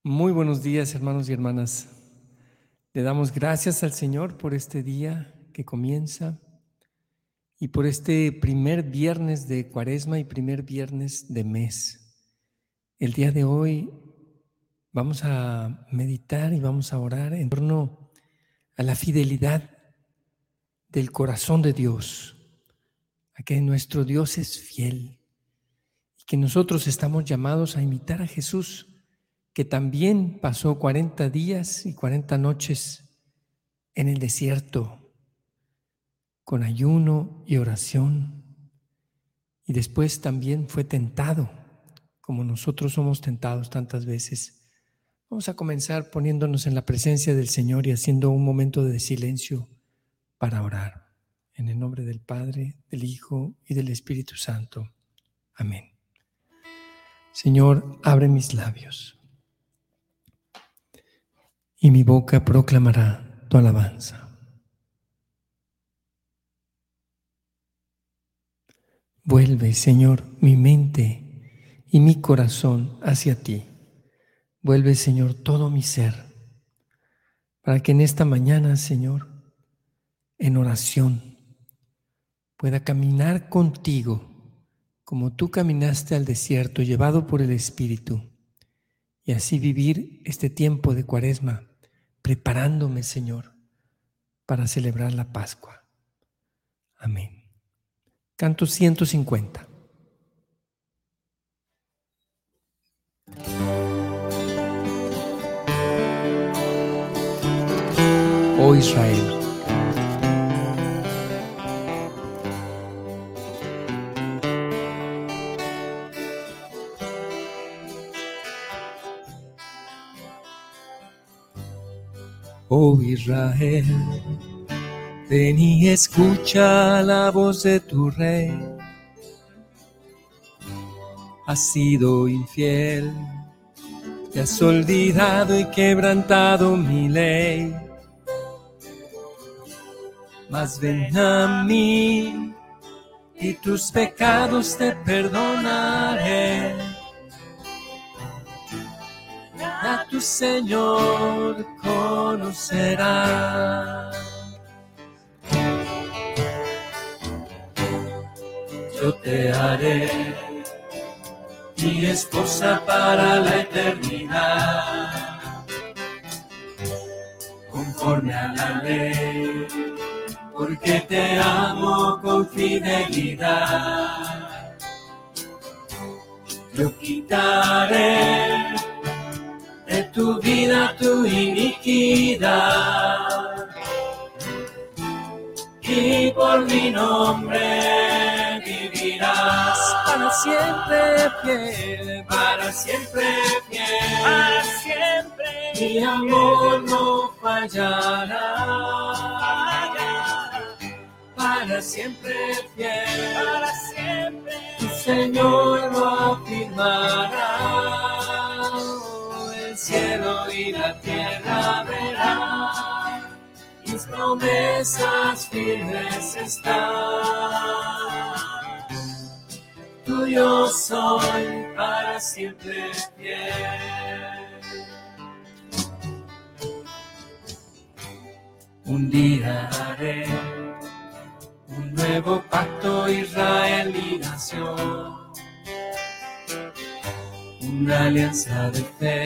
Muy buenos días, hermanos y hermanas. Le damos gracias al Señor por este día que comienza y por este primer viernes de Cuaresma y primer viernes de mes. El día de hoy vamos a meditar y vamos a orar en torno a la fidelidad del corazón de Dios, a que nuestro Dios es fiel y que nosotros estamos llamados a imitar a Jesús, que también pasó 40 días y 40 noches en el desierto, con ayuno y oración, y después también fue tentado, como nosotros somos tentados tantas veces. Vamos a comenzar poniéndonos en la presencia del Señor y haciendo un momento de silencio para orar. En el nombre del Padre, del Hijo y del Espíritu Santo. Amén. Señor, abre mis labios y mi boca proclamará tu alabanza. Vuelve, Señor, mi mente y mi corazón hacia ti. Vuelve, Señor, todo mi ser, para que en esta mañana, Señor, en oración, pueda caminar contigo como tú caminaste al desierto, llevado por el Espíritu, y así vivir este tiempo de Cuaresma, preparándome, Señor, para celebrar la Pascua. Amén. Canto 150. Oh Israel. Oh Israel, ven y escucha la voz de tu rey. Has sido infiel, te has olvidado y quebrantado mi ley. Mas ven a mí y tus pecados te perdonaré. A tu Señor conocerás. Yo te haré mi esposa para la eternidad, conforme a la ley, porque te amo con fidelidad. Yo quitaré de tu vida tu iniquidad, y por mi nombre vivirás para siempre fiel, para siempre fiel, para siempre. Mi amor no fallará, para siempre fiel, para siempre. Tu Señor lo afirmará. El cielo y la tierra verán, mis promesas firmes están. Tuyo soy para siempre fiel. Un día haré un nuevo pacto, Israel mi nación, una alianza de fe,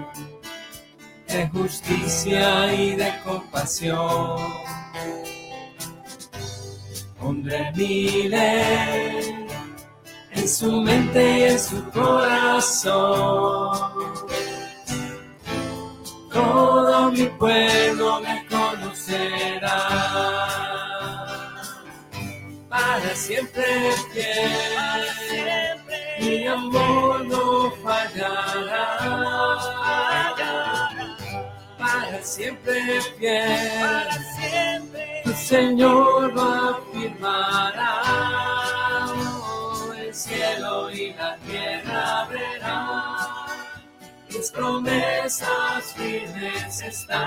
de justicia y de compasión. Pondré mi ley en su mente y en su corazón. Todo mi pueblo me conocerá. Para siempre fiel, para siempre. Mi amor no fallará. Para siempre fiel, para siempre. Tu Señor lo afirmará. Oh, el cielo y la tierra verán, mis promesas firmes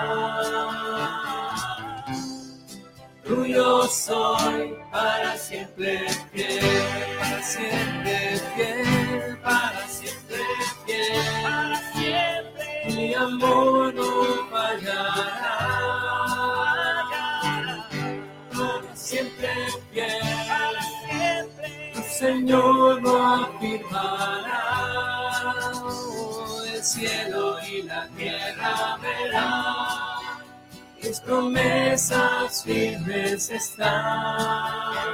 están. Tuyo soy para siempre fiel, para siempre fiel, para siempre fiel, para siempre. amor no fallará, para siempre fiel, tu Señor lo afirmará. El cielo y la tierra verán, tus promesas firmes están.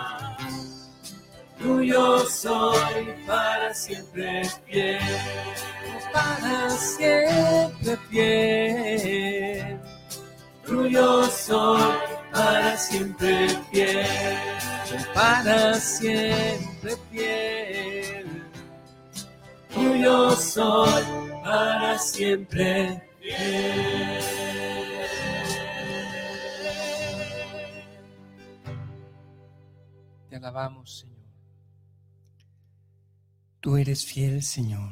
Tuyo soy para siempre fiel, para siempre fiel. Tuyo soy para siempre fiel, para siempre fiel. Tuyo soy para siempre fiel. Te alabamos, Señor. Tú eres fiel, Señor.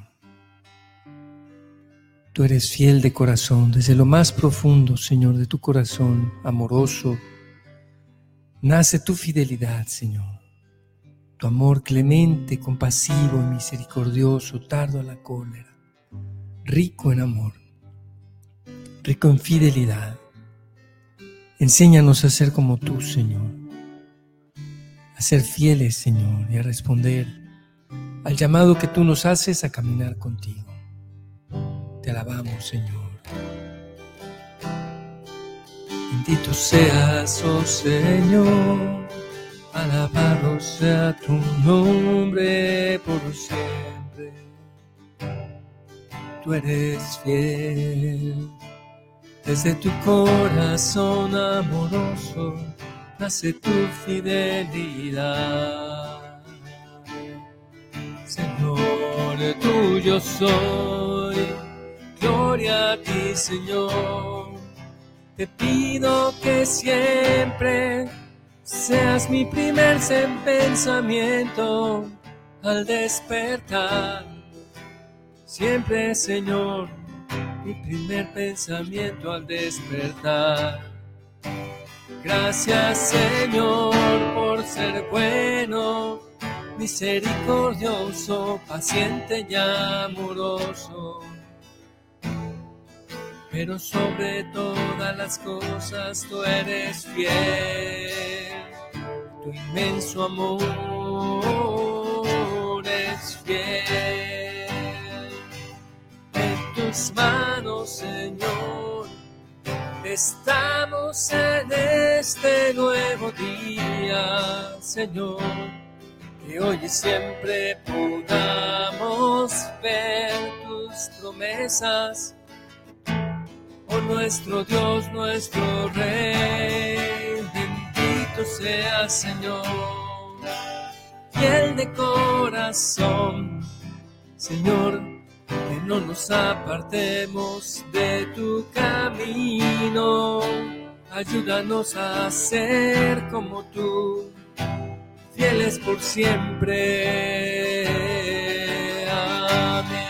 Tú eres fiel de corazón, desde lo más profundo, Señor, de tu corazón amoroso, nace tu fidelidad, Señor. Tu amor clemente, compasivo y misericordioso, tardo a la cólera, rico en amor, rico en fidelidad. Enséñanos a ser como tú, Señor, a ser fieles, Señor, y a responder al llamado que tú nos haces a caminar contigo. Te alabamos, Señor. Bendito seas, oh Señor, alabado sea tu nombre por siempre. Tú eres fiel, desde tu corazón amoroso nace tu fidelidad. Señor, tuyo soy, gloria a ti, Señor. Te pido que siempre seas mi primer pensamiento al despertar. Siempre, Señor, mi primer pensamiento al despertar. Gracias, Señor, por ser bueno, misericordioso, paciente y amoroso. Pero sobre todas las cosas tú eres fiel. Tu inmenso amor es fiel. En tus manos, Señor, estamos en este nuevo día, Señor. Que hoy y siempre podamos ver tus promesas. Oh nuestro Dios, nuestro Rey, bendito sea, Señor. Fiel de corazón, Señor, que no nos apartemos de tu camino. Ayúdanos a ser como tú, fieles por siempre. Amén.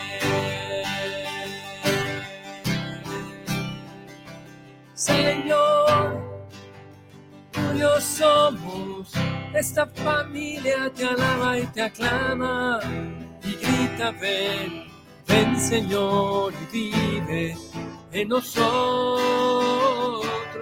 Señor, tuyos somos, esta familia te alaba y te aclama y grita ven, ven Señor y vive en nosotros.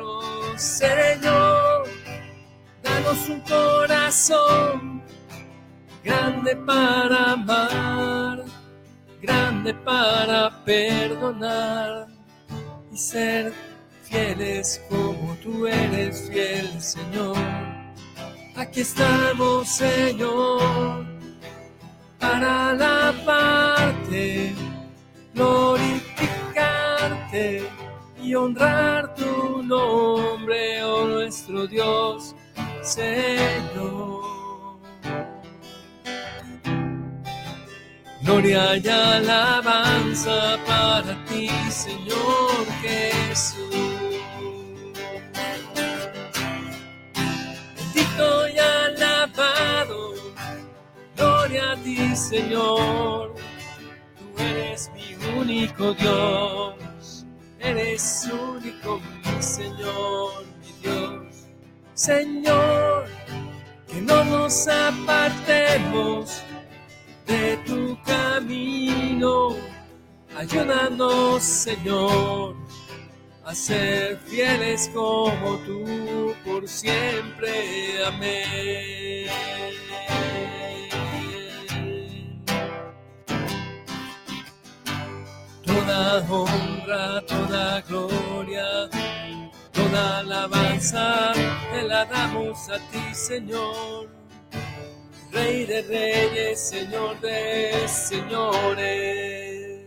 Señor, danos un corazón grande para amar, grande para perdonar y ser fieles como tú eres fiel, Señor. Aquí estamos, Señor, para alabarte, glorificarte y honrar tu nombre, oh nuestro Dios, Señor. Gloria y alabanza para ti, Señor Jesús. Bendito y alabado, gloria a ti, Señor. Tú eres mi único Dios, eres único mi Señor, mi Dios. Señor, que no nos apartemos de tu camino. Ayúdanos, Señor, a ser fieles como tú por siempre. Amén. Toda honra, toda gloria, toda alabanza te la damos a ti, Señor. Rey de reyes, Señor de señores.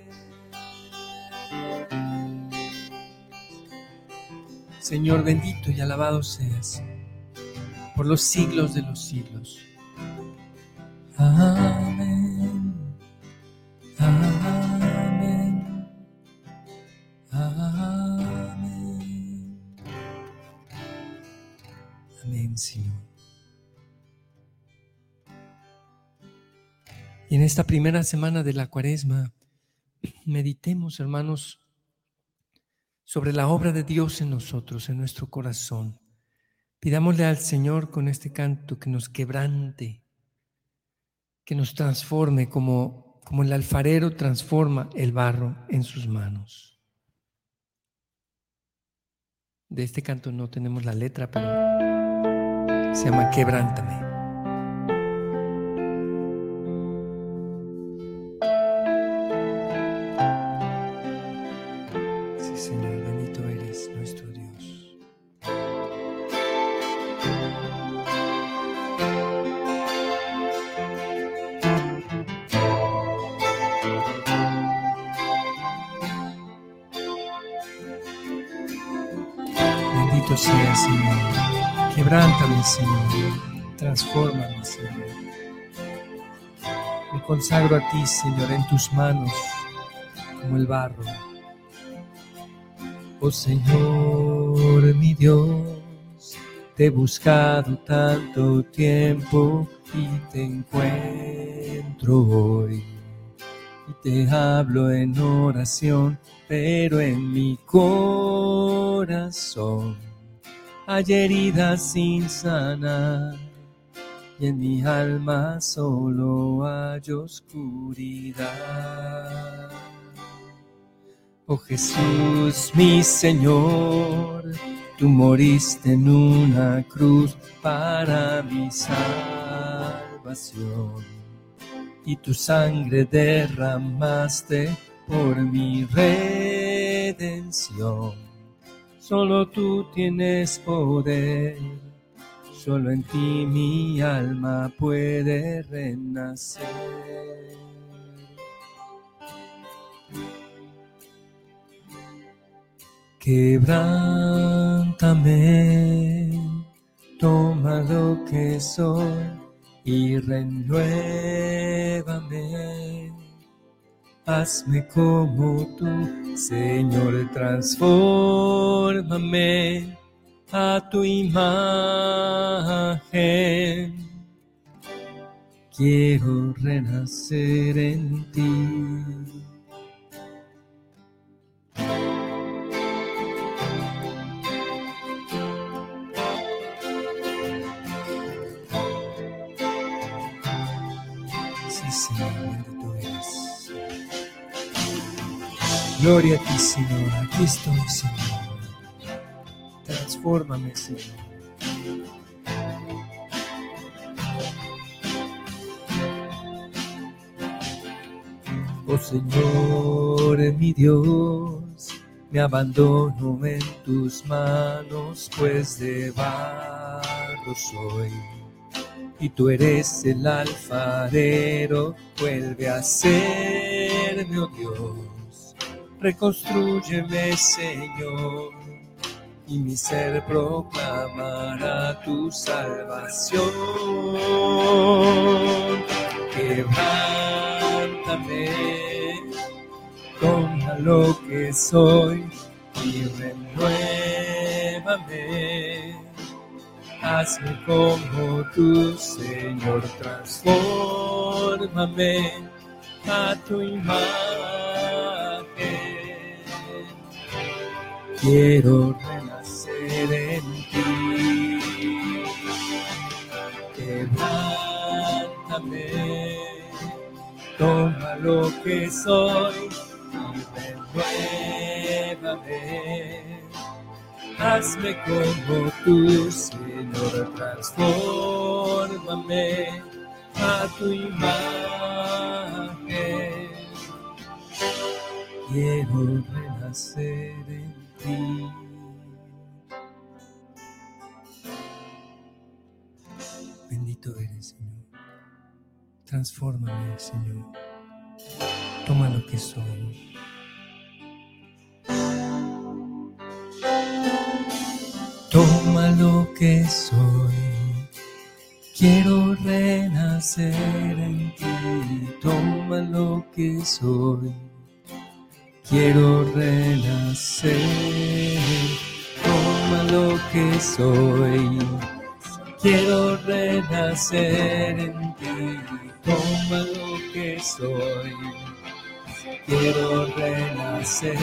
Señor, bendito y alabado seas por los siglos de los siglos. Amén. Amén. Amén. Amén, Señor. Y en esta primera semana de la Cuaresma, meditemos, hermanos, sobre la obra de Dios en nosotros, en nuestro corazón. Pidámosle al Señor con este canto que nos quebrante, que nos transforme como el alfarero transforma el barro en sus manos. De este canto no tenemos la letra, pero se llama Quebrántame. Sí, Señor, bendito eres nuestro Dios. Bendito sea, Señor. Quebrántame, Señor. Transfórmame, Señor. Me consagro a ti, Señor, en tus manos, como el barro. Oh Señor, mi Dios, te he buscado tanto tiempo y te encuentro hoy. Y te hablo en oración, pero en mi corazón hay heridas sin sanar y en mi alma solo hay oscuridad. Oh Jesús, mi Señor, tú moriste en una cruz para mi salvación y tu sangre derramaste por mi redención. Solo tú tienes poder, solo en ti mi alma puede renacer. Quebrántame, toma lo que soy y renuévame. Hazme como tú, Señor, transfórmame a tu imagen. Quiero renacer en ti. Sí, Señor, bendito eres. Gloria a ti, Señor. Aquí estoy, Señor. Transfórmame, Señor. Oh Señor, mi Dios, me abandono en tus manos, pues de barro soy. Y tú eres el alfarero, vuelve a serme, oh Dios. Reconstrúyeme, Señor, y mi ser proclamará tu salvación. Quebrántame, toma lo que soy y renuévame. Hazme como tú, Señor, transfórmame a tu imagen. Quiero renacer en ti. Quebrántame, toma lo que soy y Transfórmame, hazme como tú, Señor, transfórmame a tu imagen. Quiero renacer en ti. Bendito eres, Señor. Transfórmame, Señor. Toma lo que soy. Toma lo que soy. Quiero renacer en ti. Toma lo que soy. Quiero renacer. Toma lo que soy. Quiero renacer en ti. Toma lo que soy. Quiero renacer.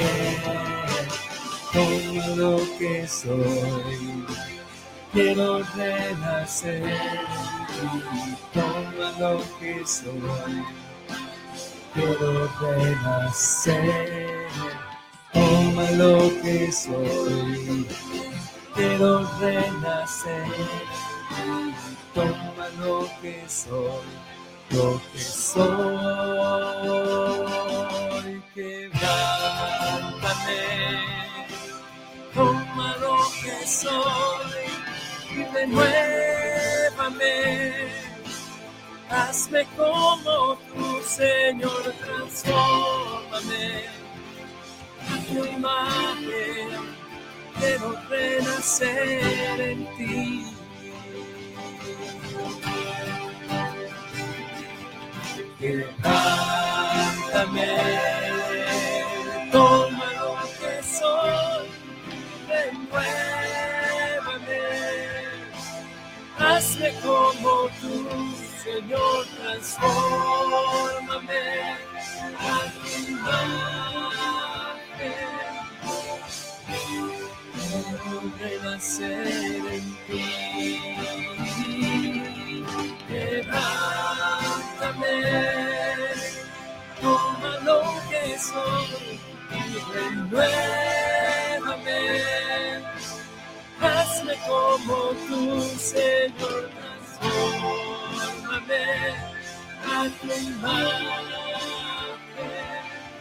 Toma lo que soy. Quiero renacer en ti. Toma lo que soy. Quiero renacer. Toma lo que soy. Quiero renacer. Toma lo que soy. Lo que soy. Quebrántame. Toma lo que soy y renuévame. Hazme como tú, Señor, transfórmame a tu imagen. Quiero renacer en ti. Quebrántame. Toma lo que soy. Renuévame, hazme como tú, Señor, transfórmame a tu imagen. Quiero renacer en ti. Quebrántame, toma lo que soy y renuévame. Hazme como tú, Señor, transfórmame a tu imagen.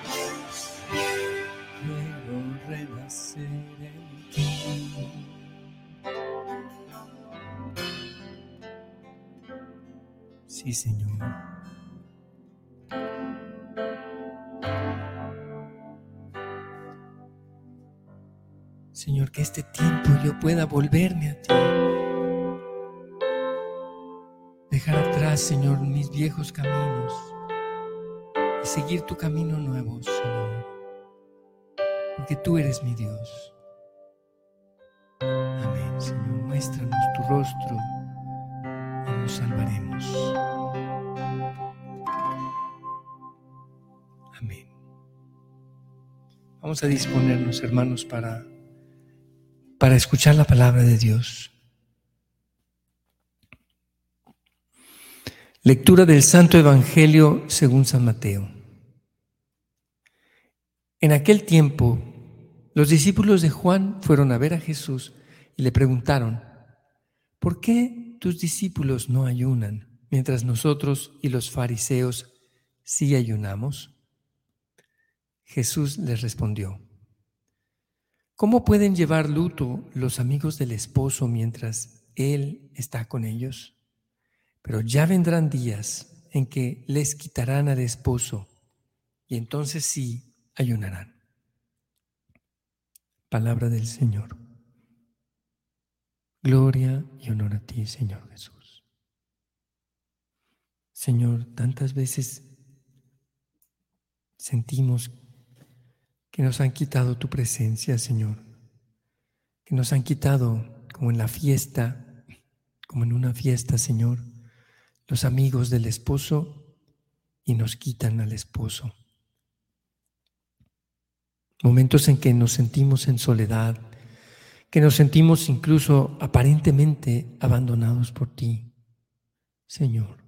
Quiero renacer en ti. Sí, Señor. Señor, que este tiempo yo pueda volverme a ti. Dejar atrás, Señor, mis viejos caminos y seguir tu camino nuevo, Señor. Porque tú eres mi Dios. Amén, Señor. Muéstranos tu rostro y nos salvaremos. Amén. Vamos a disponernos, hermanos, para escuchar la palabra de Dios. Lectura del Santo Evangelio según San Mateo. En aquel tiempo, los discípulos de Juan fueron a ver a Jesús y le preguntaron: ¿por qué tus discípulos no ayunan, mientras nosotros y los fariseos sí ayunamos? Jesús les respondió: ¿cómo pueden llevar luto los amigos del esposo mientras él está con ellos? Pero ya vendrán días en que les quitarán al esposo y entonces sí ayunarán. Palabra del Señor. Gloria y honor a ti, Señor Jesús. Señor, tantas veces sentimos que nos han quitado tu presencia, Señor, que nos han quitado como en la fiesta, como en una fiesta, Señor, los amigos del esposo y nos quitan al esposo. Momentos en que nos sentimos en soledad, que nos sentimos incluso aparentemente abandonados por ti, Señor.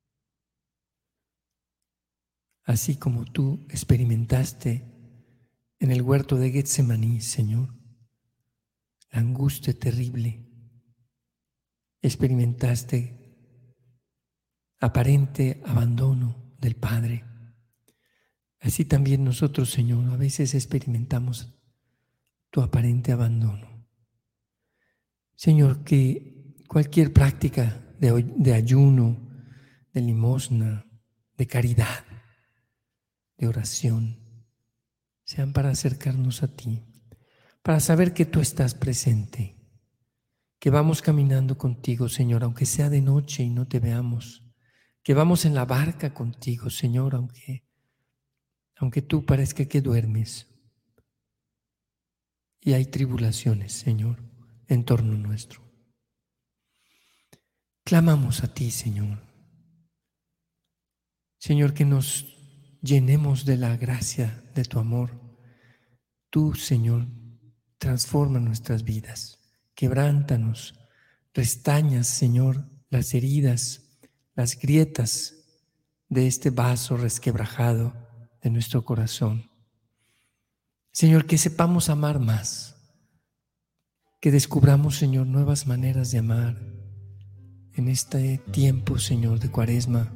Así como tú experimentaste en el huerto de Getsemaní, Señor, la angustia terrible, experimentaste aparente abandono del Padre. Así también nosotros, Señor, a veces experimentamos tu aparente abandono. Señor, que cualquier práctica de ayuno, de limosna, de caridad, de oración, sean para acercarnos a ti, para saber que tú estás presente, que vamos caminando contigo, Señor, aunque sea de noche y no te veamos, que vamos en la barca contigo, Señor, aunque tú parezca que duermes y hay tribulaciones, Señor, en torno nuestro. Clamamos a ti, Señor. Señor, que nos llenemos de la gracia de tu amor. Tú, Señor, transforma nuestras vidas, quebrántanos, restañas, Señor, las heridas, las grietas de este vaso resquebrajado de nuestro corazón. Señor, que sepamos amar más, que descubramos, Señor, nuevas maneras de amar en este tiempo, Señor, de Cuaresma.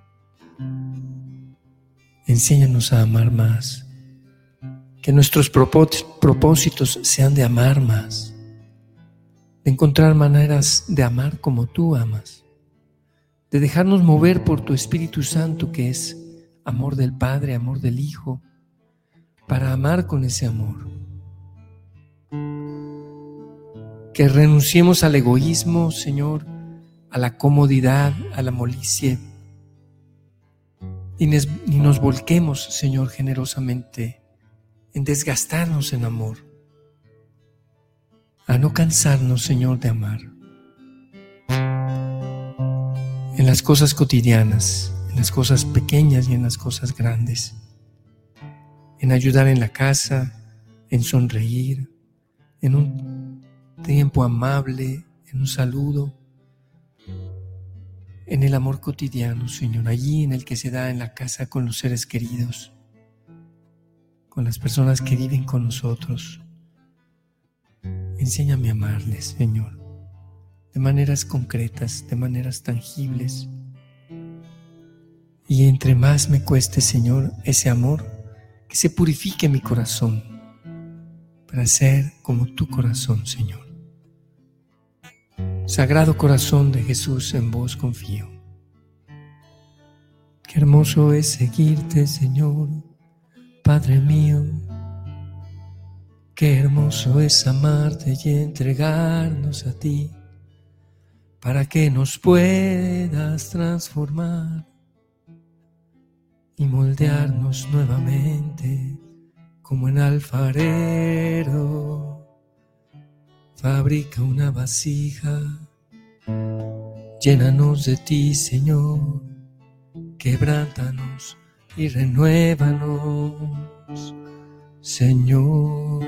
Enséñanos a amar más, que nuestros propósitos sean de amar más, de encontrar maneras de amar como tú amas, de dejarnos mover por tu Espíritu Santo, que es amor del Padre, amor del Hijo, para amar con ese amor. Que renunciemos al egoísmo, Señor, a la comodidad, a la molicie, y nos volquemos, Señor, generosamente en desgastarnos en amor, a no cansarnos, Señor, de amar. En las cosas cotidianas, en las cosas pequeñas y en las cosas grandes, en ayudar en la casa, en sonreír, en un tiempo amable, en un saludo, en el amor cotidiano, Señor, allí en el que se da en la casa con los seres queridos, con las personas que viven con nosotros. Enséñame a amarles, Señor, de maneras concretas, de maneras tangibles. Y entre más me cueste, Señor, ese amor, que se purifique mi corazón para ser como tu corazón, Señor. Sagrado corazón de Jesús, en vos confío. Qué hermoso es seguirte, Señor, Padre mío. Qué hermoso es amarte y entregarnos a ti, para que nos puedas transformar y moldearnos nuevamente, como en alfarero fabrica una vasija. Llénanos de ti, Señor, quebrántanos y renuévanos, Señor.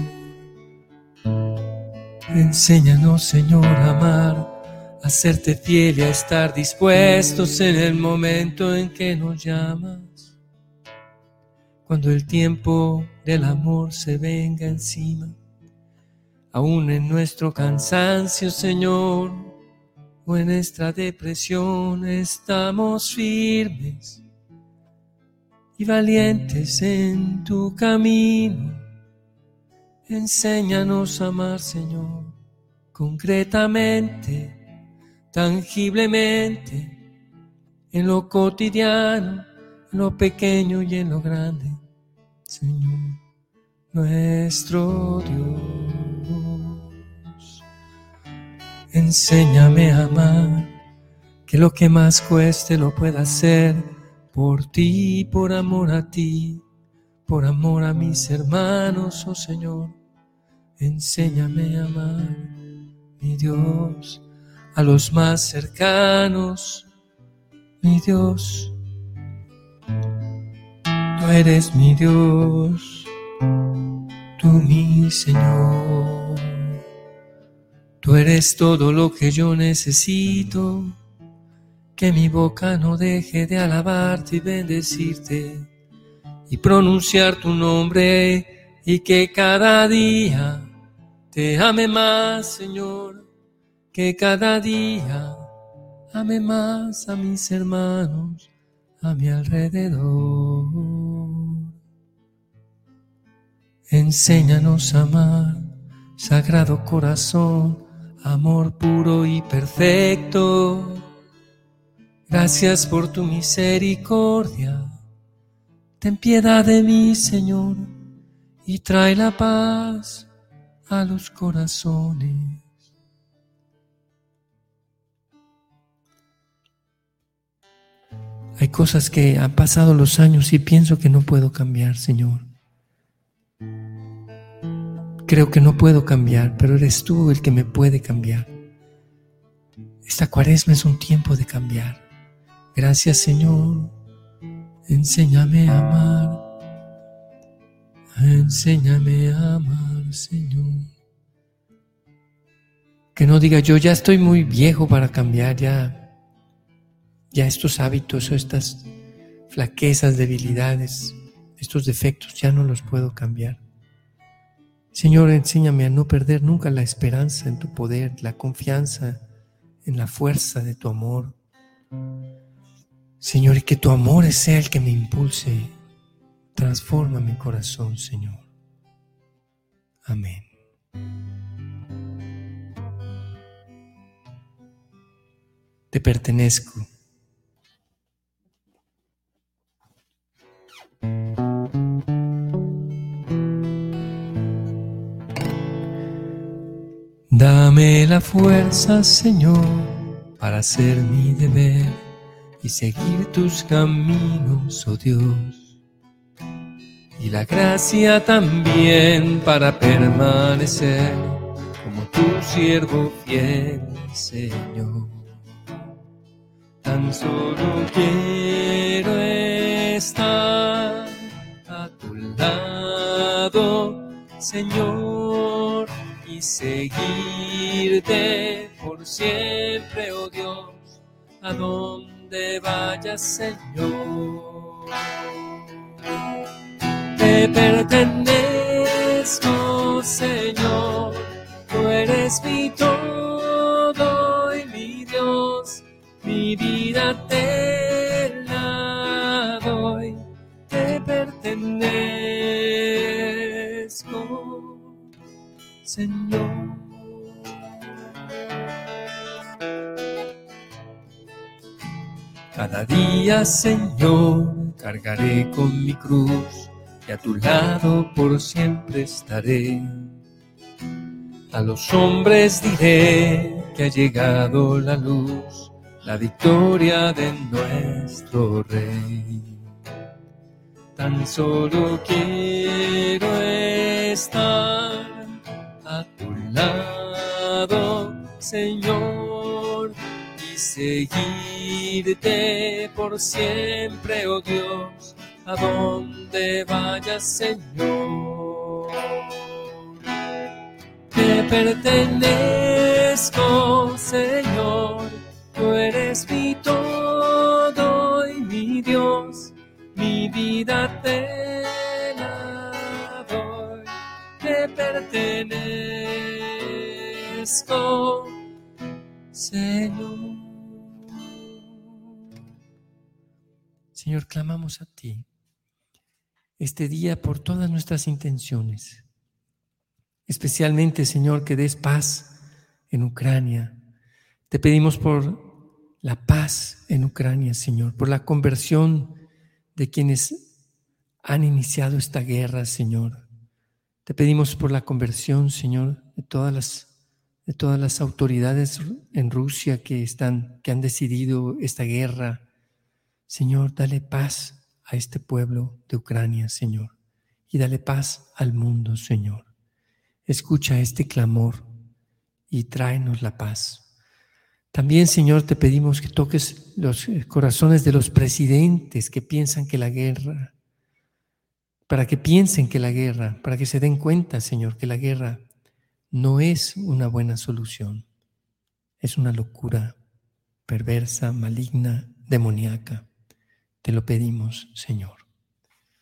Enséñanos, Señor, a amar, a serte fiel y a estar dispuestos en el momento en que nos llamas. Cuando el tiempo del amor se venga encima, aún en nuestro cansancio, Señor, o en nuestra depresión, estamos firmes y valientes en tu camino. Enséñanos a amar, Señor, concretamente, tangiblemente, en lo cotidiano, en lo pequeño y en lo grande, Señor, nuestro Dios. Enséñame a amar, que lo que más cueste lo pueda hacer por ti, por amor a ti, por amor a mis hermanos, oh Señor. Enséñame a amar, mi Dios, a los más cercanos, mi Dios. Tú eres mi Dios, tú mi Señor. Tú eres todo lo que yo necesito, que mi boca no deje de alabarte y bendecirte y pronunciar tu nombre y que cada día te ame más, Señor, que cada día ame más a mis hermanos a mi alrededor. Enséñanos a amar, Sagrado Corazón, amor puro y perfecto. Gracias por tu misericordia. Ten piedad de mí, Señor, y trae la paz a los corazones. Hay cosas que han pasado los años y pienso que no puedo cambiar, Señor. Creo que no puedo cambiar, pero eres tú el que me puede cambiar. Esta Cuaresma es un tiempo de cambiar. Gracias, Señor. Enséñame a amar. Enséñame a amar, Señor. Que no diga yo, ya estoy muy viejo para cambiar, ya estos hábitos o estas flaquezas, debilidades, estos defectos ya no los puedo cambiar. Señor, enséñame a no perder nunca la esperanza en tu poder, la confianza en la fuerza de tu amor. Señor, y que tu amor sea el que me impulse. Transforma mi corazón, Señor. Amén. Te pertenezco. Dame la fuerza, Señor, para hacer mi deber y seguir tus caminos, oh Dios. Y la gracia también para permanecer como tu siervo fiel, Señor. Tan solo quiero estar a tu lado, Señor, y seguirte por siempre, oh Dios, a donde vayas, Señor. Te pertenezco, Señor, tú eres mi todo y mi Dios, mi vida te la doy, te pertenezco, Señor. Cada día, Señor, cargaré con mi cruz y a tu lado por siempre estaré. A los hombres diré que ha llegado la luz, la victoria de nuestro Rey. Tan solo quiero estar a tu lado, Señor, y seguirte por siempre, oh Dios, a donde vayas, Señor. Te pertenezco, Señor, tú eres mi todo y mi Dios, mi vida te la doy, te pertenezco, Señor. Señor, clamamos a ti este día por todas nuestras intenciones. Especialmente, Señor, que des paz en Ucrania. Te pedimos por la paz en Ucrania, Señor, por la conversión de quienes han iniciado esta guerra, Señor. Te pedimos por la conversión, Señor, de todas las autoridades en Rusia que han decidido esta guerra. Señor, dale paz a este pueblo de Ucrania, Señor, y dale paz al mundo, Señor. Escucha este clamor y tráenos la paz. También, Señor, te pedimos que toques los corazones de los presidentes que piensan que la guerra, para que piensen que la guerra, para que se den cuenta, Señor, que la guerra no es una buena solución. Es una locura perversa, maligna, demoníaca. Te lo pedimos, Señor.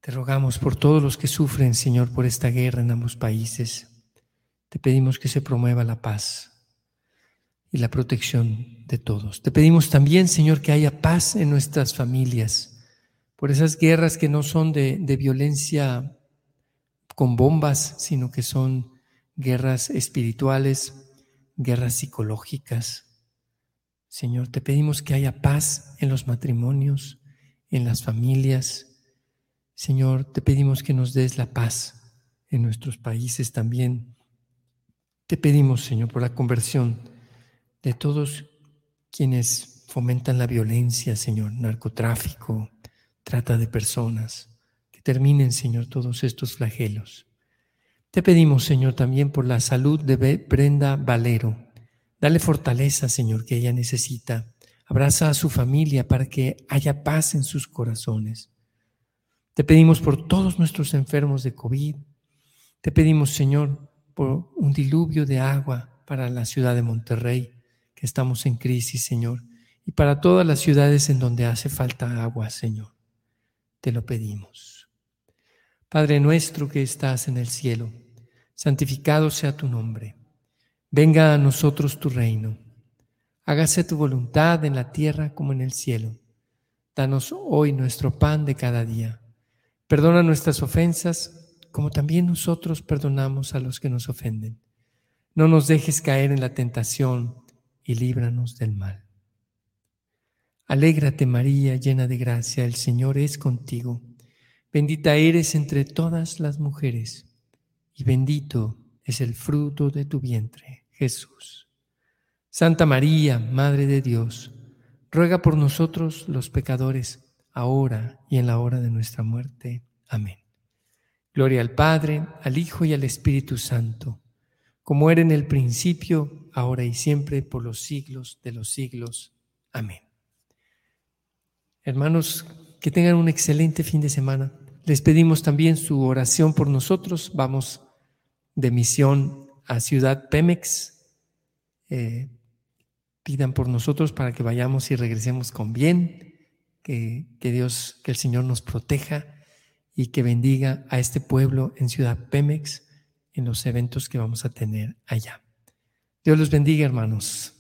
Te rogamos por todos los que sufren, Señor, por esta guerra en ambos países. Te pedimos que se promueva la paz y la protección de todos. Te pedimos también, Señor, que haya paz en nuestras familias, por esas guerras que no son de violencia con bombas, sino que son guerras espirituales, guerras psicológicas. Señor, te pedimos que haya paz en los matrimonios, en las familias. Señor, te pedimos que nos des la paz en nuestros países también. Te pedimos, Señor, por la conversión de todos quienes fomentan la violencia, Señor, narcotráfico, trata de personas, que terminen, Señor, todos estos flagelos. Te pedimos, Señor, también por la salud de Brenda Valero. Dale fortaleza, Señor, que ella necesita. Abraza a su familia para que haya paz en sus corazones. Te pedimos por todos nuestros enfermos de COVID. Te pedimos, Señor, por un diluvio de agua para la ciudad de Monterrey, que estamos en crisis, Señor, y para todas las ciudades en donde hace falta agua, Señor. Te lo pedimos. Padre nuestro que estás en el cielo, santificado sea tu nombre. Venga a nosotros tu reino. Hágase tu voluntad en la tierra como en el cielo. Danos hoy nuestro pan de cada día. Perdona nuestras ofensas, como también nosotros perdonamos a los que nos ofenden. No nos dejes caer en la tentación y líbranos del mal. Alégrate, María, llena de gracia, el Señor es contigo. Bendita eres entre todas las mujeres, y bendito es el fruto de tu vientre, Jesús. Santa María, Madre de Dios, ruega por nosotros los pecadores, ahora y en la hora de nuestra muerte. Amén. Gloria al Padre, al Hijo y al Espíritu Santo, como era en el principio, ahora y siempre, por los siglos de los siglos. Amén. Hermanos, que tengan un excelente fin de semana. Les pedimos también su oración por nosotros. Vamos de misión a Ciudad Pemex. Pidan por nosotros para que vayamos y regresemos con bien. Que Dios, que el Señor nos proteja y que bendiga a este pueblo en Ciudad Pemex en los eventos que vamos a tener allá. Dios los bendiga, hermanos.